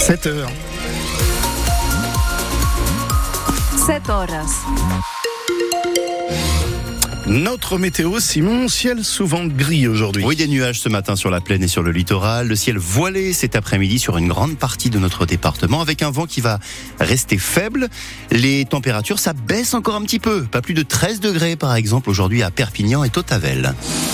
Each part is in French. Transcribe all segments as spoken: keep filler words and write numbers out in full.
sept heures. sept horas. Notre météo, Simon, ciel souvent gris aujourd'hui. Oui, des nuages ce matin sur la plaine et sur le littoral. Le ciel voilé cet après-midi sur une grande partie de notre département avec un vent qui va rester faible. Les températures, ça baisse encore un petit peu. Pas plus de treize degrés par exemple aujourd'hui à Perpignan et Tavel.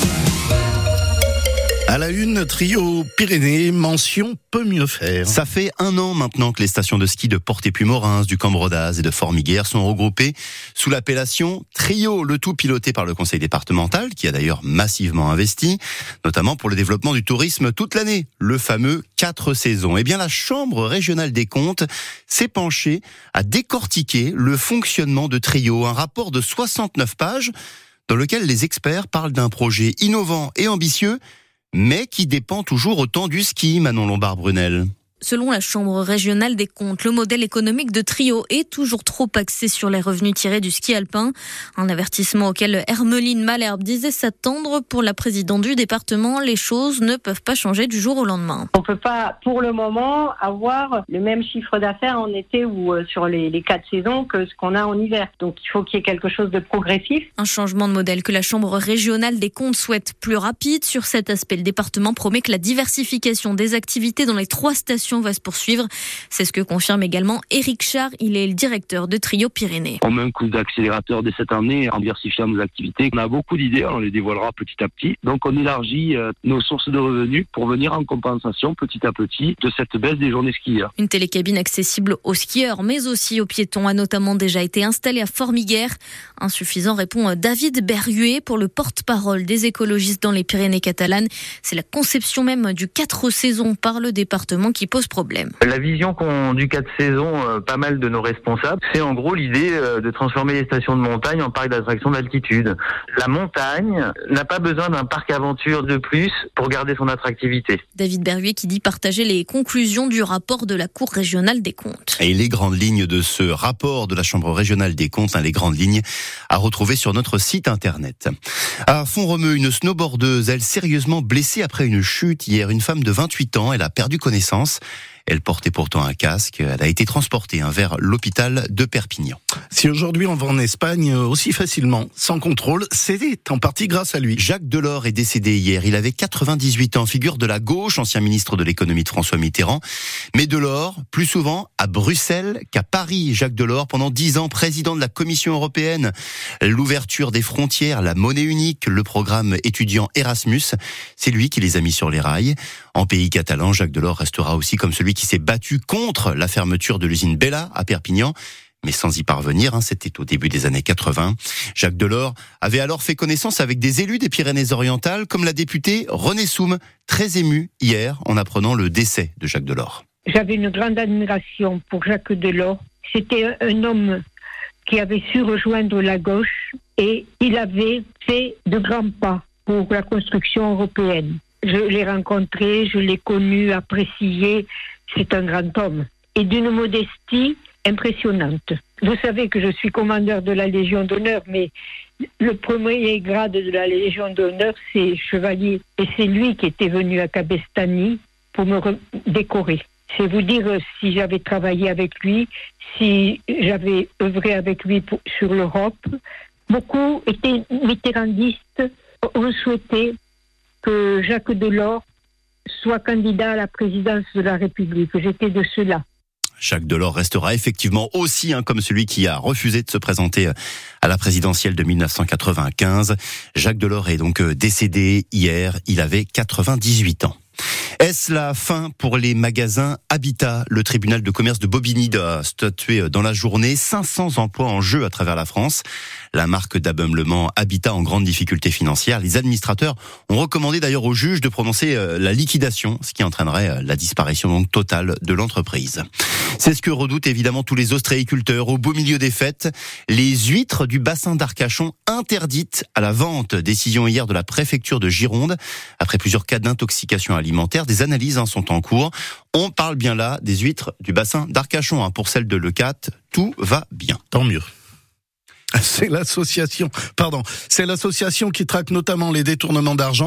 À la une, trio Pyrénées, mention peut mieux faire. Ça fait un an maintenant que les stations de ski de Port-et-Puy-Morins, du Cambrodaz et de Formiguères sont regroupées sous l'appellation Trio, le tout piloté par le conseil départemental, qui a d'ailleurs massivement investi, notamment pour le développement du tourisme toute l'année, le fameux quatre saisons. Eh bien, la Chambre régionale des comptes s'est penchée à décortiquer le fonctionnement de Trio, un rapport de soixante-neuf pages dans lequel les experts parlent d'un projet innovant et ambitieux, mais qui dépend toujours autant du ski, Manon Lombard-Brunel. Selon la Chambre régionale des comptes, le modèle économique de Trio est toujours trop axé sur les revenus tirés du ski alpin. Un avertissement auquel Hermeline Malherbe disait s'attendre. Pour la présidente du département, les choses ne peuvent pas changer du jour au lendemain. On ne peut pas, pour le moment, avoir le même chiffre d'affaires en été ou sur les, les quatre saisons que ce qu'on a en hiver. Donc il faut qu'il y ait quelque chose de progressif. Un changement de modèle que la Chambre régionale des comptes souhaite plus rapide. Sur cet aspect, le département promet que la diversification des activités dans les trois stations va se poursuivre. C'est ce que confirme également Éric Char. Il est le directeur de Trio Pyrénées. On met un coup d'accélérateur dès cette année en diversifiant nos activités. On a beaucoup d'idées, on les dévoilera petit à petit. Donc on élargit euh, nos sources de revenus pour venir en compensation petit à petit de cette baisse des journées skieurs. Une télécabine accessible aux skieurs mais aussi aux piétons a notamment déjà été installée à Formiguères. Insuffisant, répond David Berruet pour le porte-parole des écologistes dans les Pyrénées catalanes. C'est la conception même du quatre saisons par le département qui pose problème. La vision qu'ont du quatre saisons euh, pas mal de nos responsables, c'est en gros l'idée euh, de transformer les stations de montagne en parcs d'attractions d'altitude. La montagne n'a pas besoin d'un parc aventure de plus pour garder son attractivité. David Berruet qui dit partager les conclusions du rapport de la Cour régionale des comptes. Et les grandes lignes de ce rapport de la Chambre régionale des comptes, hein, les grandes lignes à retrouver sur notre site internet. À Font-Romeu, une snowboardeuse, elle sérieusement blessée après une chute hier. Une femme de vingt-huit ans, elle a perdu connaissance. Elle portait pourtant un casque. Elle a été transportée hein, vers l'hôpital de Perpignan. Si aujourd'hui on va en Espagne aussi facilement, sans contrôle, c'est en partie grâce à lui. Jacques Delors est décédé hier. Il avait quatre-vingt-dix-huit ans, figure de la gauche, ancien ministre de l'économie de François Mitterrand. Mais Delors, plus souvent à Bruxelles qu'à Paris. Jacques Delors, pendant dix ans, président de la Commission européenne. L'ouverture des frontières, la monnaie unique, le programme étudiant Erasmus, c'est lui qui les a mis sur les rails. En pays catalan, Jacques Delors restera aussi comme celui qui s'est battu contre la fermeture de l'usine Bella à Perpignan, mais sans y parvenir, hein, c'était au début des années quatre-vingts. Jacques Delors avait alors fait connaissance avec des élus des Pyrénées-Orientales, comme la députée Renée Soum, très émue hier en apprenant le décès de Jacques Delors. J'avais une grande admiration pour Jacques Delors. C'était un homme qui avait su rejoindre la gauche et il avait fait de grands pas pour la construction européenne. Je l'ai rencontré, je l'ai connu, apprécié. C'est un grand homme et d'une modestie impressionnante. Vous savez que je suis commandeur de la Légion d'honneur, mais le premier grade de la Légion d'honneur, c'est chevalier. Et c'est lui qui était venu à Cabestany pour me décorer. C'est vous dire si j'avais travaillé avec lui, si j'avais œuvré avec lui pour, sur l'Europe. Beaucoup étaient mitterrandistes, ont souhaité que Jacques Delors soit candidat à la présidence de la République. J'étais de ceux-là. Jacques Delors restera effectivement aussi hein, comme celui qui a refusé de se présenter à la présidentielle de dix-neuf cent quatre-vingt-quinze. Jacques Delors est donc décédé hier, il avait quatre-vingt-dix-huit ans. Est-ce la fin pour les magasins Habitat ? Le tribunal de commerce de Bobigny a statué dans la journée cinq cents emplois en jeu à travers la France. La marque d'ameublement Habitat en grande difficulté financière. Les administrateurs ont recommandé d'ailleurs au juge de prononcer la liquidation, ce qui entraînerait la disparition donc totale de l'entreprise. C'est ce que redoutent évidemment tous les ostréiculteurs. Au beau milieu des fêtes, les huîtres du bassin d'Arcachon interdites à la vente. Décision hier de la préfecture de Gironde. Après plusieurs cas d'intoxication alimentaire, des analyses hein, sont en cours. On parle bien là des huîtres du bassin d'Arcachon. Hein. Pour celles de Leucate, tout va bien. Tant mieux. C'est l'association, pardon, c'est l'association qui traque notamment les détournements d'argent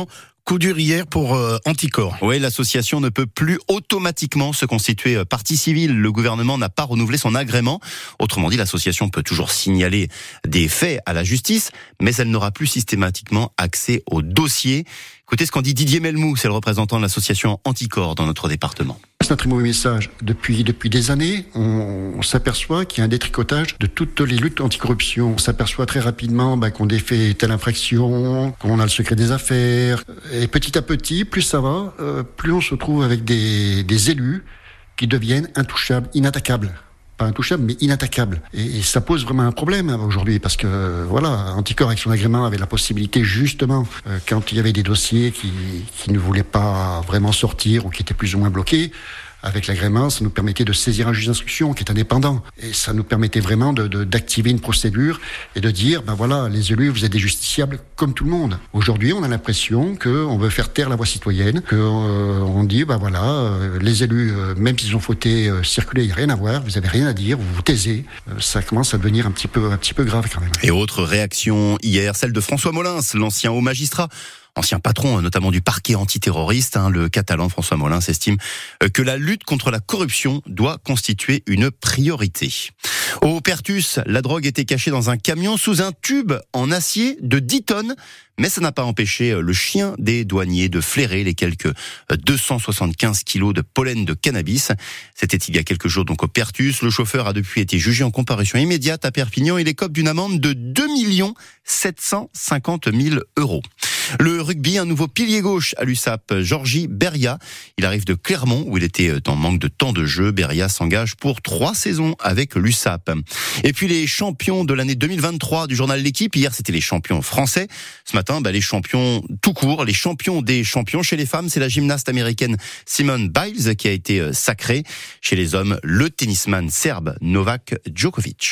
Coup dur hier pour euh, Anticorps. Oui, l'association ne peut plus automatiquement se constituer partie civile. Le gouvernement n'a pas renouvelé son agrément. Autrement dit, l'association peut toujours signaler des faits à la justice, mais elle n'aura plus systématiquement accès au dossier. Écoutez ce qu'en dit Didier Melmou, c'est le représentant de l'association Anticorps dans notre département. C'est un très mauvais message. Depuis, depuis des années, on, on s'aperçoit qu'il y a un détricotage de toutes les luttes anticorruption. On s'aperçoit très rapidement bah, qu'on défait telle infraction, qu'on a le secret des affaires. Et petit à petit, plus ça va, euh, plus on se trouve avec des, des élus qui deviennent intouchables, inattaquables. Pas intouchable, mais inattaquable. Et, et ça pose vraiment un problème hein, aujourd'hui, parce que euh, voilà, Anticorps avec son agrément avait la possibilité justement, euh, quand il y avait des dossiers qui, qui ne voulaient pas vraiment sortir ou qui étaient plus ou moins bloqués, avec l'agrément, ça nous permettait de saisir un juge d'instruction qui est indépendant. Et ça nous permettait vraiment de, de, d'activer une procédure et de dire, ben voilà, les élus, vous êtes des justiciables comme tout le monde. Aujourd'hui, on a l'impression qu'on veut faire taire la voix citoyenne, qu'on euh, dit, ben voilà, euh, les élus, euh, même s'ils ont fauté, euh, circuler, il n'y a rien à voir, vous n'avez rien à dire, vous vous taisez. Euh, ça commence à devenir un petit peu, un petit peu grave quand même. Et autre réaction hier, celle de François Molins, l'ancien haut magistrat, ancien patron notamment du parquet antiterroriste, hein, le catalan François Molins estime que la lutte contre la corruption doit constituer une priorité. Au Pertus, la drogue était cachée dans un camion sous un tube en acier de dix tonnes, mais ça n'a pas empêché le chien des douaniers de flairer les quelques deux cent soixante-quinze kilos de pollen de cannabis. C'était il y a quelques jours donc au Pertus. Le chauffeur a depuis été jugé en comparution immédiate à Perpignan. Il écope d'une amende de deux millions sept cent cinquante mille euros. Le rugby, un nouveau pilier gauche à l'U S A P, Georgi Beria. Il arrive de Clermont où il était en manque de temps de jeu. Beria s'engage pour trois saisons avec l'U S A P. Et puis les champions de l'année deux mille vingt-trois du journal L'Équipe. Hier, c'était les champions français. Ce matin, bah, les champions tout court, les champions des champions. Chez les femmes, c'est la gymnaste américaine Simone Biles qui a été sacrée. Chez les hommes, le tennisman serbe Novak Djokovic.